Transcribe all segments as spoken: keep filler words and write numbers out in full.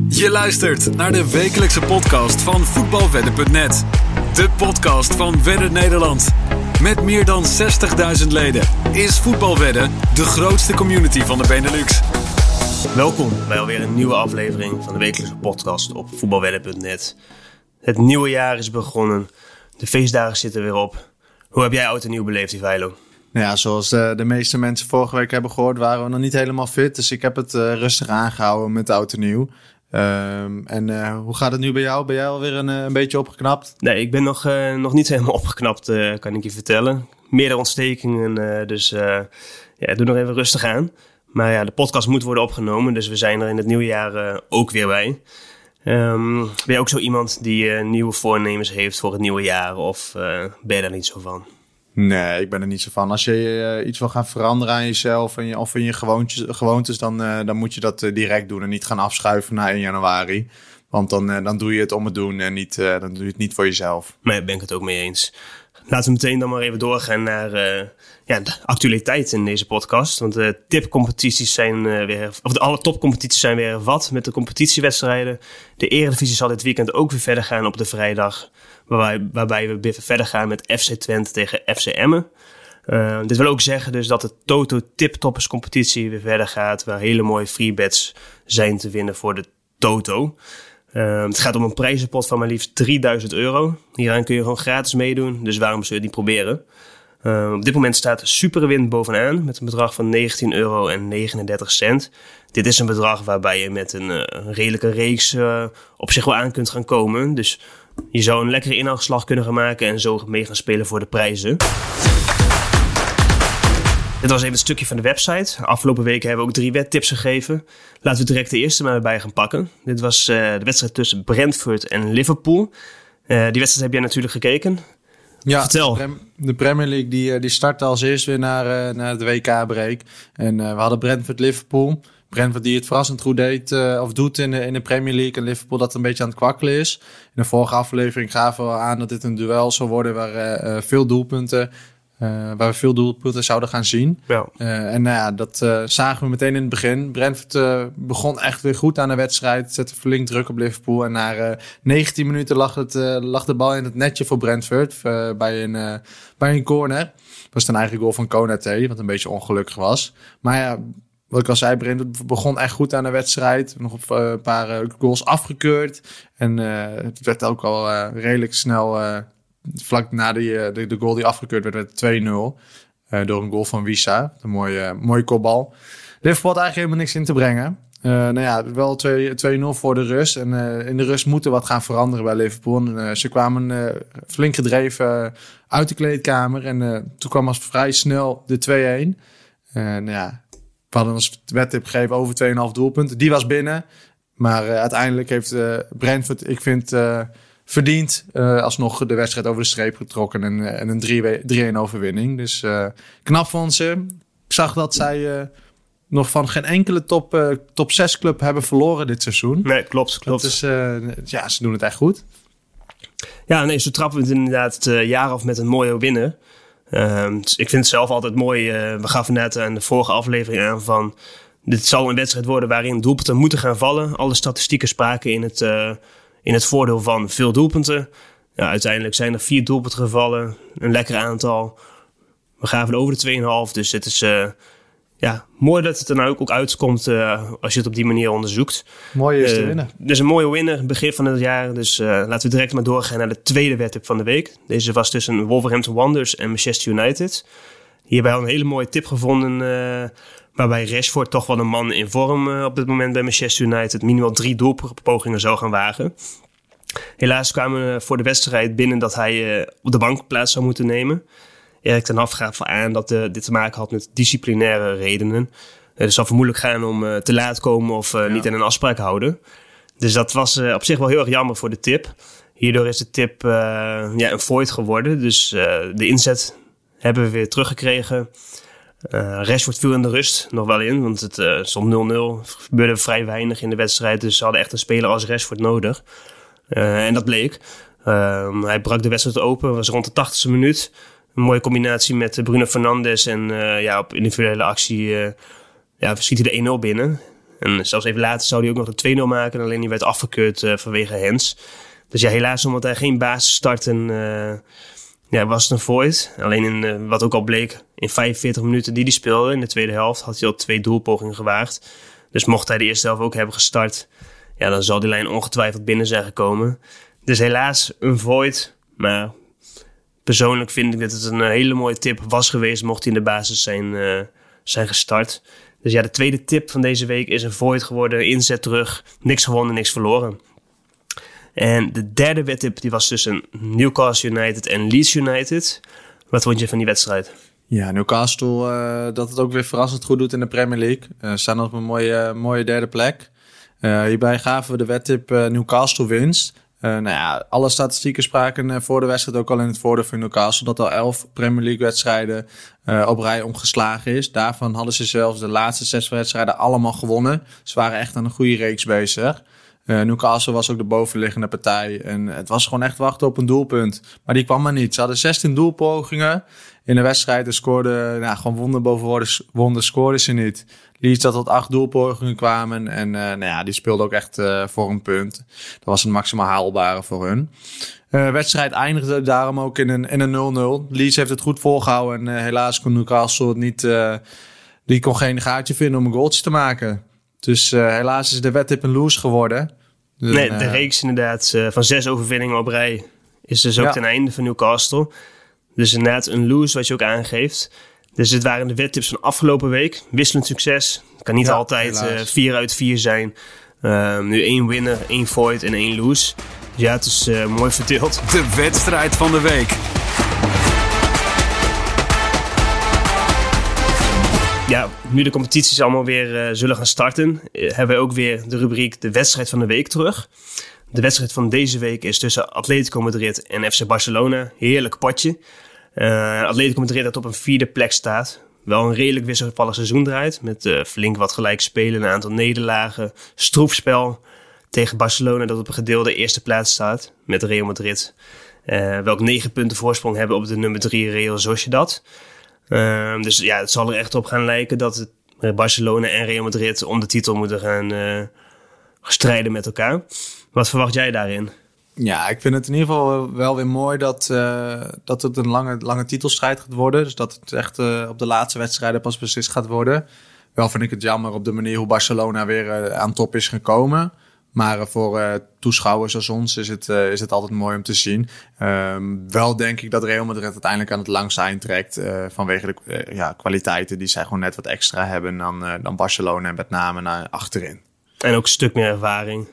Je luistert naar de wekelijkse podcast van voetbalwedden punt net. De podcast van Wedden Nederland. Met meer dan zestigduizend leden is Voetbalwedden de grootste community van de Benelux. Welkom bij alweer een nieuwe aflevering van de wekelijkse podcast op voetbalwedden punt net. Het nieuwe jaar is begonnen. De feestdagen zitten weer op. Hoe heb jij oud en nieuw beleefd, Ivailo? Nou ja, zoals de, de meeste mensen vorige week hebben gehoord, waren we nog niet helemaal fit. Dus ik heb het uh, rustig aangehouden met oud en nieuw. Um, en uh, hoe gaat het nu bij jou? Ben jij alweer een, een beetje opgeknapt? Nee, ik ben nog, uh, nog niet helemaal opgeknapt, uh, kan ik je vertellen. Meerdere ontstekingen, uh, dus uh, ja, doe nog even rustig aan. Maar ja, de podcast moet worden opgenomen, dus we zijn er in het nieuwe jaar uh, ook weer bij. Um, ben je ook zo iemand die uh, nieuwe voornemens heeft voor het nieuwe jaar of uh, ben je daar niet zo van? Nee, ik ben er niet zo van. Als je uh, iets wil gaan veranderen aan jezelf en je, of in je gewoontjes, gewoontes, dan, uh, dan moet je dat uh, direct doen en niet gaan afschuiven na één januari. Want dan, uh, dan doe je het om het doen en niet, uh, dan doe je het niet voor jezelf. Nee, daar ben ik het ook mee eens. Laten we meteen dan maar even doorgaan naar uh, ja, de actualiteit in deze podcast. Want de tipcompetities zijn uh, weer, of de alle topcompetities zijn weer wat met de competitiewedstrijden. De Eredivisie zal dit weekend ook weer verder gaan op de vrijdag. Waarbij, waarbij we weer verder gaan met F C Twente tegen F C Emmen. Uh, dit wil ook zeggen dus dat de Toto Tiptoppers competitie weer verder gaat. Waar hele mooie freebets zijn te winnen voor de Toto. Uh, het gaat om een prijzenpot van maar liefst drieduizend euro. Hieraan kun je gewoon gratis meedoen, dus waarom zou je het niet proberen? Uh, op dit moment staat Superwin bovenaan met een bedrag van negentien euro en negenendertig cent. Dit is een bedrag waarbij je met een, uh, een redelijke reeks uh, op zich wel aan kunt gaan komen. Dus je zou een lekkere inhaalslag kunnen gaan maken en zo mee gaan spelen voor de prijzen. Dit was even een stukje van de website. Afgelopen weken hebben we ook drie wedtips gegeven. Laten we direct de eerste maar bij gaan pakken. Dit was uh, de wedstrijd tussen Brentford en Liverpool. Uh, die wedstrijd heb jij natuurlijk gekeken. Ja, Vertel. De, Prem- de Premier League die, die startte als eerst weer naar, uh, naar de W K-break. En uh, we hadden Brentford-Liverpool. Brentford die het verrassend goed deed, uh, of doet in de, in de Premier League. En Liverpool dat een beetje aan het kwakkelen is. In de vorige aflevering gaven we aan dat dit een duel zou worden waar uh, veel doelpunten... Uh, waar we veel doelpunten zouden gaan zien. Ja. Uh, en nou ja, dat uh, zagen we meteen in het begin. Brentford uh, begon echt weer goed aan de wedstrijd. Zette flink druk op Liverpool. En na uh, negentien minuten lag, het, uh, lag de bal in het netje voor Brentford. Uh, bij, een, uh, bij een corner. Dat was een eigen goal van Konaté. Wat een beetje ongelukkig was. Maar ja, wat ik al zei, Brentford begon echt goed aan de wedstrijd. Nog op, uh, een paar uh, goals afgekeurd. En uh, het werd ook al uh, redelijk snel... Uh, Vlak na die, de, de goal die afgekeurd werd, werd twee nul. Uh, door een goal van Wissa. Een mooie, mooie kopbal. Liverpool had eigenlijk helemaal niks in te brengen. Uh, nou ja, wel twee nul voor de rust. En uh, in de rust moeten wat gaan veranderen bij Liverpool. En, uh, ze kwamen uh, flink gedreven uit de kleedkamer. En uh, toen kwam als vrij snel de twee-een. Uh, nou ja, we hadden ons wedtip gegeven over twee komma vijf doelpunten. Die was binnen. Maar uh, uiteindelijk heeft uh, Brentford, ik vind... Uh, verdiend uh, alsnog de wedstrijd over de streep getrokken en, uh, en een drie-een overwinning. Dus uh, knap van ze. Ik zag dat zij uh, nog van geen enkele top, uh, top zes club hebben verloren dit seizoen. Nee, klopt. klopt. Dat is, uh, ja, ze doen het echt goed. Ja, nee, zo trappen we het inderdaad het uh, jaar af met een mooie winnaar. Uh, ik vind het zelf altijd mooi. Uh, we gaven net aan de vorige aflevering aan van... Dit zal een wedstrijd worden waarin doelpunten moeten gaan vallen. Alle statistieken spraken in het... Uh, In het voordeel van veel doelpunten. Ja, uiteindelijk zijn er vier doelpunten gevallen. Een lekker aantal. We gaven over de twee komma vijf. Dus het is uh, ja, mooi dat het er nou ook, ook uitkomt uh, als je het op die manier onderzoekt. Mooie is te uh, winnen. Dus een mooie winnaar, begin van het jaar. Dus uh, laten we direct maar doorgaan naar de tweede wedtip van de week. Deze was tussen Wolverhampton Wanderers en Manchester United. Hierbij hadden we een hele mooie tip gevonden... Uh, waarbij Rashford toch wel een man in vorm uh, op dit moment bij Manchester United... minimaal drie doelpogingen zou gaan wagen. Helaas kwamen we voor de wedstrijd binnen dat hij uh, op de bank plaats zou moeten nemen. Erik ten Hag gaf aan dat uh, dit te maken had met disciplinaire redenen. Uh, het zal vermoedelijk gaan om uh, te laat komen of uh, ja. niet aan een afspraak houden. Dus dat was uh, op zich wel heel erg jammer voor de tip. Hierdoor is de tip uh, ja, een void geworden. Dus uh, de inzet hebben we weer teruggekregen... Uh, Rashford viel in de rust nog wel in, want het uh, stond nul nul. Er gebeurde vrij weinig in de wedstrijd, dus ze hadden echt een speler als Rashford nodig. Uh, en dat bleek. Uh, hij brak de wedstrijd open, was rond de tachtigste minuut. Een mooie combinatie met Bruno Fernandes en uh, ja, op individuele actie uh, ja, schiet hij de één nul binnen. En zelfs even later zou hij ook nog de twee nul maken. Alleen die werd afgekeurd uh, vanwege hands. Dus ja, helaas omdat hij geen basis starten, uh, ja, was het een void. Alleen in, uh, wat ook al bleek, in vijfenveertig minuten die hij speelde in de tweede helft, had hij al twee doelpogingen gewaagd. Dus mocht hij de eerste helft ook hebben gestart, ja, dan zal die lijn ongetwijfeld binnen zijn gekomen. Dus helaas een void, maar persoonlijk vind ik dat het een hele mooie tip was geweest mocht hij in de basis zijn, uh, zijn gestart. Dus ja, de tweede tip van deze week is een void geworden, inzet terug, niks gewonnen, niks verloren. En de derde wedtip die was tussen Newcastle United en Leeds United. Wat vond je van die wedstrijd? Ja, Newcastle uh, dat het ook weer verrassend goed doet in de Premier League. Uh, staan op een mooie, mooie derde plek. Uh, hierbij gaven we de wedtip uh, Newcastle winst. Uh, nou ja, alle statistieken spraken uh, voor de wedstrijd ook al in het voordeel van Newcastle. Dat al elf Premier League wedstrijden uh, op rij omgeslagen is. Daarvan hadden ze zelfs de laatste zes wedstrijden allemaal gewonnen. Ze waren echt aan een goede reeks bezig. Uh, Newcastle was ook de bovenliggende partij. En het was gewoon echt wachten op een doelpunt. Maar die kwam maar niet. Ze hadden zestien doelpogingen in de wedstrijd. En scoorden, nou, gewoon wonder boven wonder scoorden ze niet. Leeds dat tot acht doelpogingen kwamen. En uh, nou ja, die speelde ook echt uh, voor een punt. Dat was het maximaal haalbare voor hun. De uh, wedstrijd eindigde daarom ook in een, in een nul nul. Leeds heeft het goed volgehouden. En uh, helaas kon Newcastle het niet... Uh, die kon geen gaatje vinden om een goaltje te maken. Dus uh, helaas is de wedtip een lose geworden. Dus, nee, de uh, reeks inderdaad uh, van zes overwinningen op rij is dus ook ja. ten einde van Newcastle. Dus inderdaad een lose wat je ook aangeeft. Dus dit waren de wedtips van afgelopen week. Wisselend succes. Het kan niet ja, altijd uh, vier uit vier zijn. Uh, nu één winner, één void en één lose. Dus ja, het is uh, mooi verdeeld. De wedstrijd van de week. Ja, nu de competities allemaal weer uh, zullen gaan starten, uh, hebben we ook weer de rubriek de wedstrijd van de week terug. De wedstrijd van deze week is tussen Atletico Madrid en F C Barcelona. Heerlijk potje. Uh, Atletico Madrid dat op een vierde plek staat. Wel een redelijk wisselvallig seizoen draait. Met uh, flink wat gelijk spelen, een aantal nederlagen. Stroefspel tegen Barcelona dat op een gedeelde eerste plaats staat. Met Real Madrid. Uh, welk negen punten voorsprong hebben op de nummer drie Real Sociedad. Uh, dus ja, het zal er echt op gaan lijken dat het Barcelona en Real Madrid om de titel moeten gaan uh, strijden met elkaar. Wat verwacht jij daarin? Ja, ik vind het in ieder geval wel weer mooi dat, uh, dat het een lange, lange titelstrijd gaat worden. Dus dat het echt uh, op de laatste wedstrijden pas beslist gaat worden. Wel vind ik het jammer op de manier hoe Barcelona weer uh, aan top is gekomen. Maar uh, voor uh, toeschouwers als ons is het, uh, is het altijd mooi om te zien. Um, wel denk ik dat Real Madrid uiteindelijk aan het langste eind trekt. Uh, vanwege de uh, ja, kwaliteiten die zij gewoon net wat extra hebben dan, uh, dan Barcelona en met name naar achterin. En ook een stuk meer ervaring.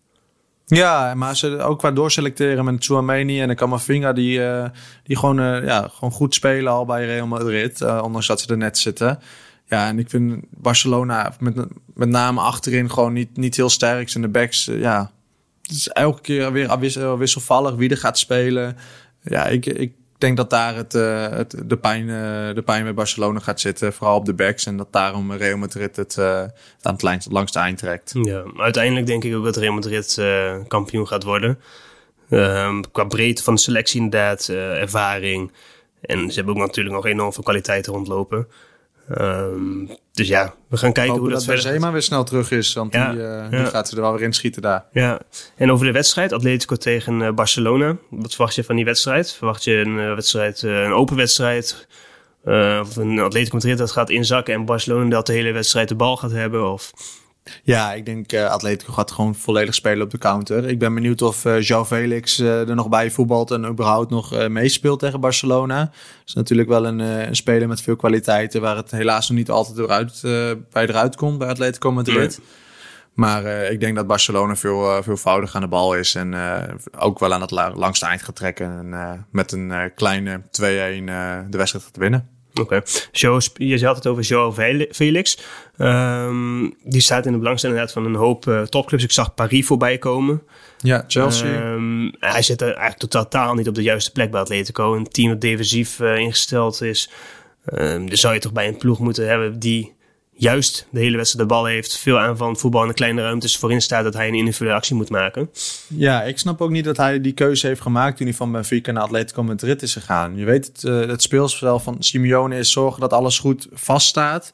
Ja, maar ze ook qua doorselecteren met Tchouaméni en Camavinga die, uh, die gewoon, uh, ja, gewoon goed spelen al bij Real Madrid. Uh, ondanks dat ze er net zitten. Ja, en ik vind Barcelona met, met name achterin gewoon niet, niet heel sterk. En de backs, uh, ja, het is elke keer weer wissel, wisselvallig wie er gaat spelen. Ja, ik, ik denk dat daar het, uh, het, de, pijn, uh, de pijn bij Barcelona gaat zitten. Vooral op de backs. En dat daarom Real Madrid het uh, aan het langste eind trekt. Ja, uiteindelijk denk ik ook dat Real Madrid uh, kampioen gaat worden. Uh, qua breedte van de selectie inderdaad, uh, ervaring. En ze hebben ook natuurlijk nog enorm veel kwaliteiten rondlopen. Um, dus ja, we gaan kijken hoe dat, dat verder gaat. Benzema weer snel terug is, want ja, die, uh, ja. die gaat ze er wel weer inschieten daar. Ja, en over de wedstrijd, Atletico tegen uh, Barcelona. Wat verwacht je van die wedstrijd? Verwacht je een uh, wedstrijd, uh, een open wedstrijd? Uh, of een Atletico Madrid dat gaat inzakken en Barcelona dat de hele wedstrijd de bal gaat hebben? Of... Ja, ik denk uh, Atletico gaat gewoon volledig spelen op de counter. Ik ben benieuwd of uh, João Felix uh, er nog bij voetbalt en überhaupt nog uh, meespeelt tegen Barcelona. Dat is natuurlijk wel een, uh, een speler met veel kwaliteiten waar het helaas nog niet altijd eruit, uh, bij eruit komt bij Atletico Madrid. Nee. Maar uh, ik denk dat Barcelona veel, uh, veelvoudig aan de bal is en uh, ook wel aan het la- langste eind gaat trekken. En uh, met een uh, kleine twee-een uh, de wedstrijd gaat winnen. Oké, okay. Je had het over João Felix. Um, die staat in de belangstelling inderdaad van een hoop uh, topclubs. Ik zag Paris voorbij komen. Ja, Chelsea. Um, hij zit er eigenlijk totaal niet op de juiste plek bij Atletico. Een team dat defensief uh, ingesteld is. Um, dus zou je toch bij een ploeg moeten hebben die juist de hele wedstrijd de bal heeft. Veel aanvallend voetbal in de kleine ruimtes voorin staat dat hij een individuele actie moet maken. Ja, ik snap ook niet dat hij die keuze heeft gemaakt toen hij van Benfica naar Atletico Madrid is gegaan. Je weet het, uh, het speelspel van Simeone is zorgen dat alles goed vaststaat.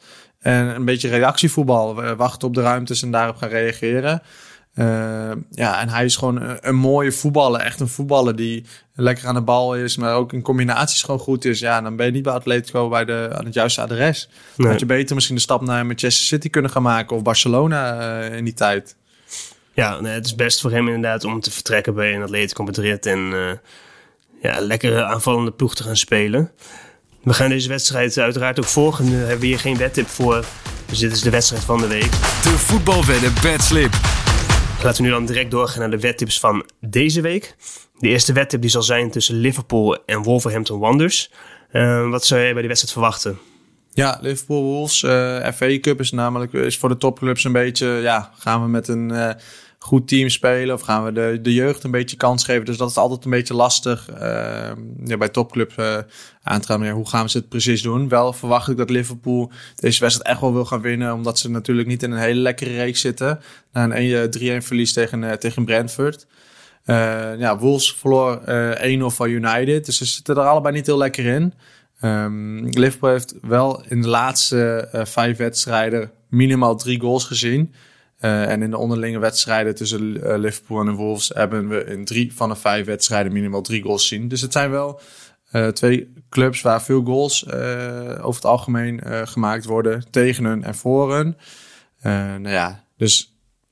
En een beetje reactievoetbal. We wachten op de ruimtes en daarop gaan reageren. Uh, ja, en hij is gewoon een, een mooie voetballer. Echt een voetballer die lekker aan de bal is, maar ook in combinaties gewoon goed is. Ja, dan ben je niet bij Atletico bij de, aan het juiste adres. Nee. Had je beter misschien de stap naar Manchester City kunnen gaan maken of Barcelona uh, in die tijd. Ja, nee, het is best voor hem inderdaad om te vertrekken bij een Atletico Madrid en uh, ja, lekkere aanvallende ploeg te gaan spelen. We gaan deze wedstrijd uiteraard ook volgen. Nu hebben we hier geen wedtip voor, dus dit is de wedstrijd van de week. De voetbalwedden bedslip. Laten we nu dan direct doorgaan naar de wedtips van deze week. De eerste wedtip die zal zijn tussen Liverpool en Wolverhampton Wanderers. Uh, wat zou jij bij die wedstrijd verwachten? Ja, Liverpool Wolves, uh, F A Cup is namelijk is voor de topclubs een beetje, ja, gaan we met een uh, goed team spelen of gaan we de, de jeugd een beetje kans geven? Dus dat is altijd een beetje lastig uh, ja, bij topclubs uh, aan te gaan. Ja, hoe gaan ze het precies doen? Wel verwacht ik dat Liverpool deze wedstrijd echt wel wil gaan winnen, omdat ze natuurlijk niet in een hele lekkere reeks zitten. Na een drie-een verlies tegen, uh, tegen Brentford. Uh, ja, Wolves verloor uh, één nul van United, dus ze zitten er allebei niet heel lekker in. Um, Liverpool heeft wel in de laatste uh, vijf wedstrijden minimaal drie goals gezien. Uh, en in de onderlinge wedstrijden tussen uh, Liverpool en de Wolves hebben we in drie van de vijf wedstrijden minimaal drie goals gezien. Dus het zijn wel uh, twee clubs waar veel goals uh, over het algemeen uh, gemaakt worden tegen hun en voor hun. Uh, nou ja, dus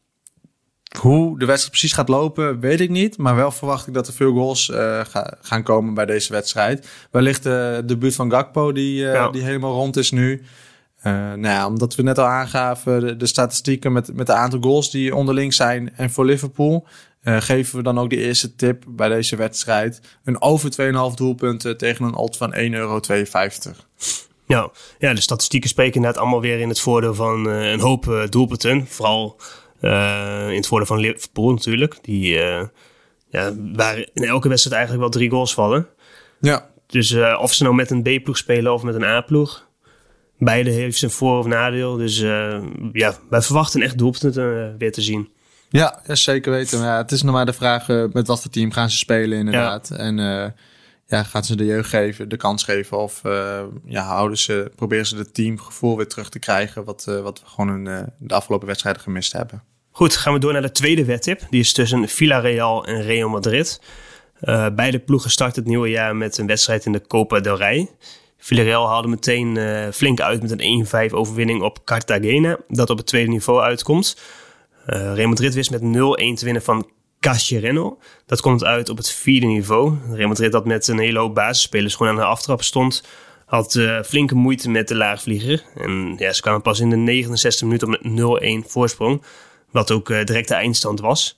hoe de wedstrijd precies gaat lopen, weet ik niet. Maar wel verwacht ik dat er veel goals uh, ga, gaan komen bij deze wedstrijd. Wellicht de uh, debuut van Gakpo, die, uh, ja. die helemaal rond is nu. Uh, nou ja, omdat we net al aangaven, de, de statistieken met, met de aantal goals die onderling zijn. En voor Liverpool uh, geven we dan ook de eerste tip bij deze wedstrijd. Een over twee komma vijf doelpunten tegen een odds van één euro tweeënvijftig. Ja, ja, de statistieken spreken inderdaad allemaal weer in het voordeel van uh, een hoop uh, doelpunten. Vooral Uh, in het voordeel van Liverpool natuurlijk. Die, uh, ja, waar in elke wedstrijd eigenlijk wel drie goals vallen. Ja. Dus uh, of ze nou met een B-ploeg spelen of met een A-ploeg. Beide heeft zijn voor- of nadeel. Dus uh, ja, wij verwachten echt doelpunten uh, weer te zien. Ja, ja zeker weten. Maar ja, het is nog maar de vraag uh, met wat voor team gaan ze spelen inderdaad. Ja. En uh, ja, gaan ze de jeugd geven, de kans geven of uh, ja, houden ze, proberen ze het teamgevoel weer terug te krijgen wat, uh, wat we gewoon in uh, de afgelopen wedstrijden gemist hebben. Goed, gaan we door naar de tweede wedtip. Die is tussen Villarreal en Real Madrid. Uh, beide ploegen starten het nieuwe jaar met een wedstrijd in de Copa del Rey. Villarreal haalde meteen uh, flink uit met een één vijf overwinning op Cartagena, dat op het tweede niveau uitkomt. Uh, Real Madrid wist met nul-een te winnen van Caschereno. Dat komt uit op het vierde niveau. Real Madrid dat met een hele hoop basisspelers gewoon aan de aftrap stond, had uh, flinke moeite met de laagvlieger. En ja, ze kwamen pas in de negenenzestigste minuut op met nul-een voorsprong. Wat ook uh, direct de eindstand was.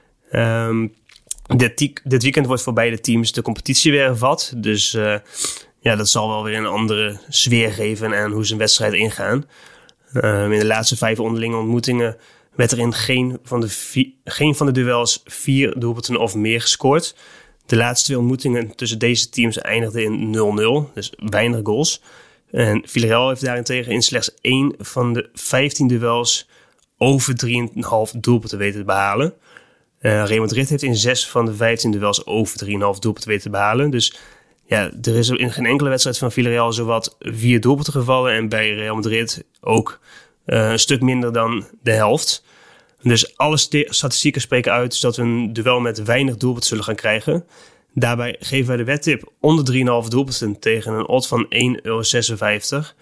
Um, dit, dit weekend wordt voor beide teams de competitie weer hervat. Dus uh, ja, dat zal wel weer een andere sfeer geven aan hoe ze een wedstrijd ingaan. Um, in de laatste vijf onderlinge ontmoetingen werd er in geen van de, vier, geen van de duels vier doelpunten of meer gescoord. De laatste twee ontmoetingen tussen deze teams eindigden in nul-nul. Dus weinig goals. En Villarreal heeft daarentegen in slechts één van de vijftien duels over drie komma vijf doelpunten weten te behalen. Uh, Real Madrid heeft in zes van de vijftien duels over drie komma vijf doelpunten weten te behalen. Dus ja, er is in geen enkele wedstrijd van Villarreal zowat vier doelpunten gevallen. En bij Real Madrid ook uh, een stuk minder dan de helft. Dus alle st- statistieken spreken uit dat we een duel met weinig doelpunten zullen gaan krijgen. Daarbij geven wij de wedtip onder drie komma vijf doelpunten tegen een odd van één euro zesenvijftig.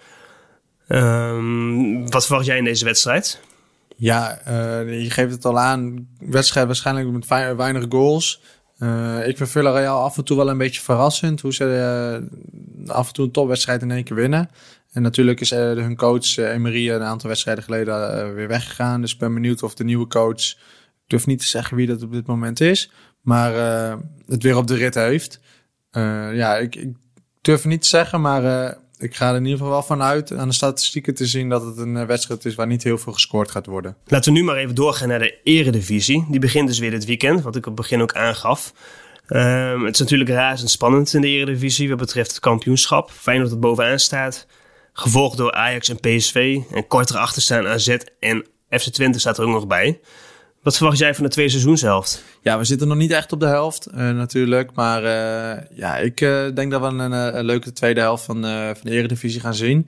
Um, wat verwacht jij in deze wedstrijd? Ja, uh, je geeft het al aan. Wedstrijd waarschijnlijk met weinig goals. Uh, ik vind Villarreal af en toe wel een beetje verrassend. Hoe ze uh, af en toe een topwedstrijd in één keer winnen. En natuurlijk is uh, hun coach uh, Emery een aantal wedstrijden geleden uh, weer weggegaan. Dus ik ben benieuwd of de nieuwe coach, ik durf niet te zeggen wie dat op dit moment is, maar uh, het weer op de rit heeft. Uh, ja, ik, ik durf niet te zeggen, maar uh, ik ga er in ieder geval wel vanuit aan de statistieken te zien dat het een wedstrijd is waar niet heel veel gescoord gaat worden. Laten we nu maar even doorgaan naar de Eredivisie. Die begint dus weer dit weekend, wat ik op het begin ook aangaf. Um, het is natuurlijk razend spannend in de Eredivisie wat betreft het kampioenschap. Feyenoord dat bovenaan staat, gevolgd door Ajax en P S V. En kort erachter staan A Z en F C Twente staat er ook nog bij. Wat verwacht jij van de tweede seizoenshelft? Ja, we zitten nog niet echt op de helft uh, natuurlijk. Maar uh, ja, ik uh, denk dat we een, een leuke tweede helft van, uh, van de Eredivisie gaan zien.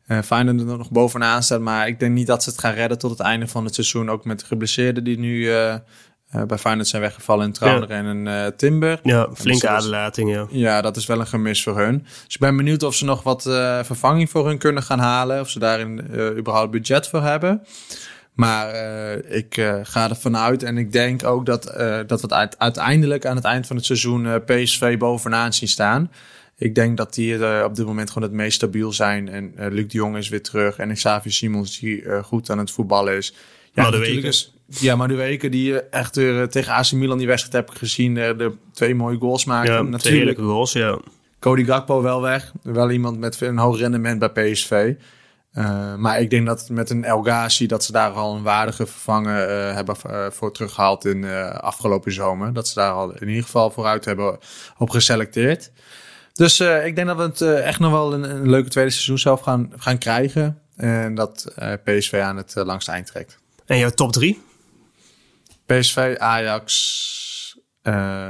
Uh, Feyenoord er nog bovenaan staat, maar ik denk niet dat ze het gaan redden tot het einde van het seizoen. Ook met de geblesseerden die nu uh, uh, bij Feyenoord zijn weggevallen in Trauner ja. en een uh, Timber. Ja, flinke aderlating, ja. Ja, dat is wel een gemis voor hun. Dus ik ben benieuwd of ze nog wat uh, vervanging voor hun kunnen gaan halen. Of ze daarin uh, überhaupt budget voor hebben. Maar uh, ik uh, ga ervan uit en ik denk ook dat, uh, dat we het uiteindelijk aan het eind van het seizoen uh, P S V bovenaan zien staan. Ik denk dat die uh, op dit moment gewoon het meest stabiel zijn. En uh, Luc de Jong is weer terug. En Xavier Simons die uh, goed aan het voetballen is. Ja, Madueke. Ja, Madueke die uh, echt weer uh, tegen A C Milan die wedstrijd heb ik gezien. Uh, de twee mooie goals maakte. Ja, natuurlijk. twee heerlijke goals, ja. Cody Gakpo wel weg. Wel iemand met een hoog rendement bij P S V. Uh, maar ik denk dat met een El Ghazi dat ze daar al een waardige vervanger uh, hebben uh, voor teruggehaald in uh, afgelopen zomer. Dat ze daar al in ieder geval vooruit hebben op geselecteerd. Dus uh, ik denk dat we het uh, echt nog wel een, een leuke tweede seizoen zelf gaan, gaan krijgen. En dat uh, P S V aan het uh, langste eind trekt. En jouw top drie? P S V, Ajax. Uh,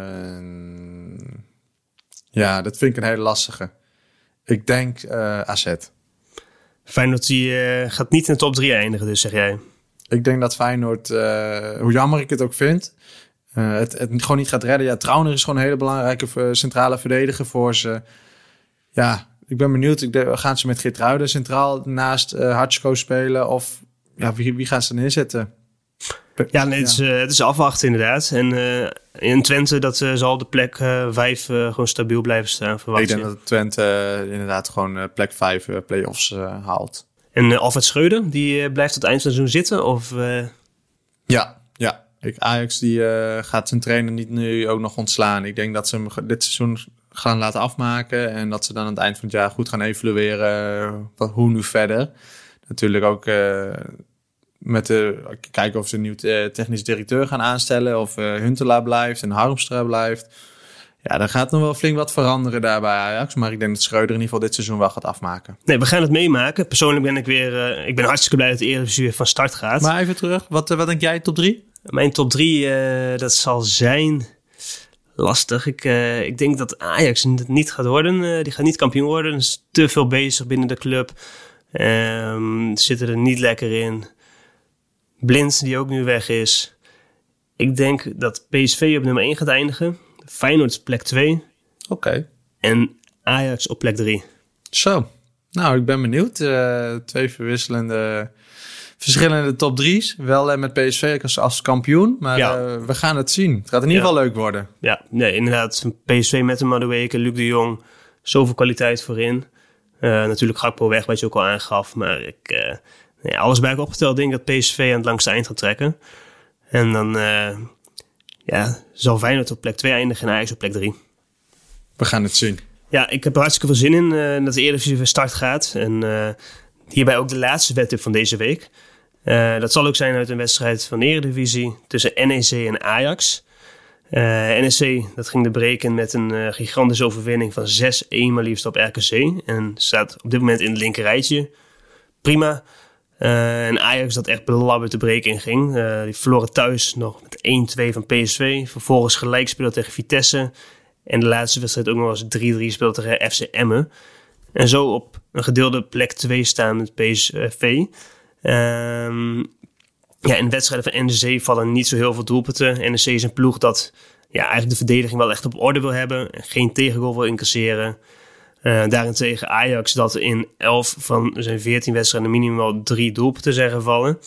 ja, dat vind ik een hele lastige. Ik denk uh, A Z. Feyenoord die, uh, gaat niet in de top drie eindigen, dus zeg jij? Ik denk dat Feyenoord, uh, hoe jammer ik het ook vind, uh, het, het gewoon niet gaat redden. Ja, Trauner is gewoon een hele belangrijke uh, centrale verdediger voor ze. Ja, ik ben benieuwd. Ik de, gaan ze met Geertruiden centraal naast uh, Hatschko spelen? Of ja, wie, wie gaan ze neerzetten? Ja, nee, het, is, uh, het is afwachten inderdaad. En uh, in Twente dat uh, zal de plek uh, vijf uh, gewoon stabiel blijven staan. Verwacht ik denk je. dat Twente uh, inderdaad gewoon uh, plek vijf uh, play-offs uh, haalt. En uh, Alfred Schreuder, die uh, blijft tot het eind van het seizoen zitten? Of, uh... Ja, ja. Ik, Ajax die uh, gaat zijn trainer niet nu ook nog ontslaan. Ik denk dat ze hem dit seizoen gaan laten afmaken. En dat ze dan aan het eind van het jaar goed gaan evalueren. Uh, wat, hoe nu verder. Natuurlijk ook... Uh, Met de, kijken of ze een nieuw technisch directeur gaan aanstellen. Of uh, Huntelaar blijft en Harmstra blijft. Ja, dan gaat nog wel flink wat veranderen daar bij Ajax. Maar ik denk dat Schreuder in ieder geval dit seizoen wel gaat afmaken. Nee, we gaan het meemaken. Persoonlijk ben ik weer... Uh, ik ben hartstikke blij dat de Eredivisie weer van start gaat. Maar even terug. Wat, uh, wat denk jij top drie? Mijn top drie, uh, dat zal zijn... Lastig. Ik, uh, ik denk dat Ajax het niet gaat worden. Uh, die gaat niet kampioen worden. Er is te veel bezig binnen de club. Um, zitten er niet lekker in. Blind, die ook nu weg is. Ik denk dat P S V op nummer één gaat eindigen. Feyenoord plek twee. Oké. Okay. En Ajax op plek drie. Zo. Nou, ik ben benieuwd. Uh, twee verwisselende, verschillende top drie's. Wel uh, met P S V als, als kampioen. Maar ja. uh, we gaan het zien. Het gaat in ieder geval ja. leuk worden. Ja, nee, inderdaad. P S V met een Madueke, Luc de Jong. Zoveel kwaliteit voorin. Uh, natuurlijk Gakpo weg, wat je ook al aangaf. Maar ik... Uh, Ja, alles bij elkaar opgeteld denk ik dat P S V aan het langste eind gaat trekken. En dan uh, ja, zal Feyenoord op plek twee eindigen en Ajax op plek drie. We gaan het zien. Ja, ik heb er hartstikke veel zin in uh, dat de Eredivisie weer start gaat. En uh, hierbij ook de laatste wedtip van deze week. Uh, dat zal ook zijn uit een wedstrijd van de Eredivisie tussen N E C en Ajax. Uh, N E C dat ging de breken met een uh, gigantische overwinning van zes een maar liefst op R K C. En staat op dit moment in het linker rijtje. Prima. Uh, en Ajax dat echt belabberd te breken in ging. Uh, die verloren thuis nog met één twee van P S V. Vervolgens gelijk speelde tegen Vitesse. En de laatste wedstrijd ook nog eens drie drie speelde tegen F C Emmen. En zo op een gedeelde plek twee staan met P S V. Um, ja, in wedstrijden van N E C vallen niet zo heel veel doelpunten. N E C is een ploeg dat ja, eigenlijk de verdediging wel echt op orde wil hebben. En geen tegengoal wil incasseren. Uh, daarentegen Ajax dat in elf van zijn veertien wedstrijden minimaal drie doelpunten zijn gevallen.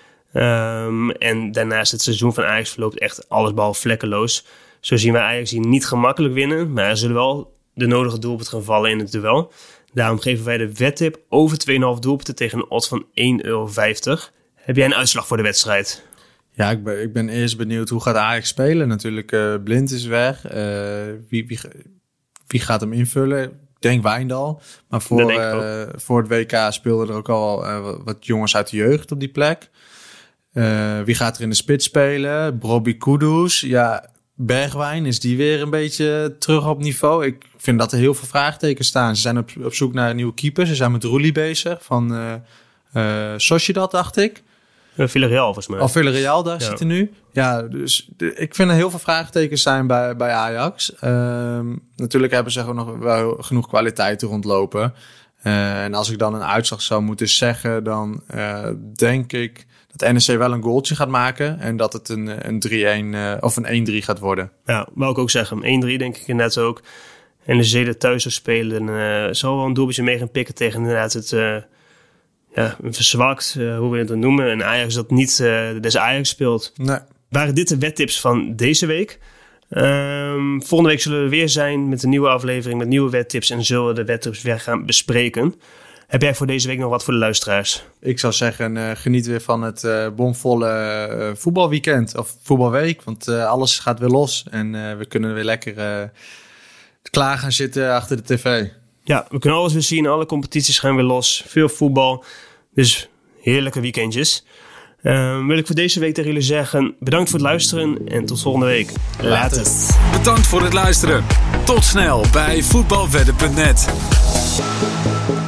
Um, en daarnaast het seizoen van Ajax verloopt echt alles behalve vlekkeloos. Zo zien wij Ajax hier niet gemakkelijk winnen, maar er zullen wel de nodige doelpunten gaan vallen in het duel. Daarom geven wij de wedtip over twee komma vijf doelpunten tegen een odds van één euro vijftig. Heb jij een uitslag voor de wedstrijd? Ja, ik ben, ik ben eerst benieuwd hoe gaat Ajax spelen. Natuurlijk, uh, Blind is weg. Uh, wie, wie, wie gaat hem invullen? Ik denk Wijndal. Maar voor, uh, voor het W K speelden er ook al uh, wat jongens uit de jeugd op die plek. Uh, wie gaat er in de spits spelen? Brobbey Kudus. Ja, Bergwijn, is die weer een beetje terug op niveau? Ik vind dat er heel veel vraagtekens staan. Ze zijn op, op zoek naar een nieuwe keeper. Ze zijn met Roelie bezig van uh, uh, Sociedad, dacht ik. Uh, Villarreal volgens mij. Of Villarreal, daar ja. zitten nu. Ja, dus de, ik vind er heel veel vraagtekens zijn bij, bij Ajax. Um, natuurlijk hebben ze gewoon nog wel genoeg kwaliteiten rondlopen. Uh, en als ik dan een uitslag zou moeten zeggen, dan uh, denk ik dat N E C wel een goaltje gaat maken. En dat het een, een drie-een uh, of een één-drie gaat worden. Ja, wou ik ook zeggen. één-drie denk ik inderdaad ook. En de Zeden thuis zou spelen, uh, zal wel een doelpuntje mee gaan pikken tegen inderdaad het uh, ja, verzwakt, uh, hoe we het dan noemen. En Ajax dat niet uh, des Ajax speelt. Nee. Waren dit de wedtips van deze week? Um, volgende week zullen we weer zijn met een nieuwe aflevering met nieuwe wedtips en zullen we de wedtips weer gaan bespreken. Heb jij voor deze week nog wat voor de luisteraars? Ik zou zeggen, uh, geniet weer van het uh, bomvolle uh, voetbalweekend of voetbalweek. Want uh, alles gaat weer los en uh, we kunnen weer lekker uh, klaar gaan zitten achter de tv. Ja, we kunnen alles weer zien. Alle competities gaan weer los. Veel voetbal. Dus heerlijke weekendjes. Uh, wil ik voor deze week tegen jullie zeggen, bedankt voor het luisteren en tot volgende week. Later. Bedankt voor het luisteren. Tot snel bij voetbalwedden punt net.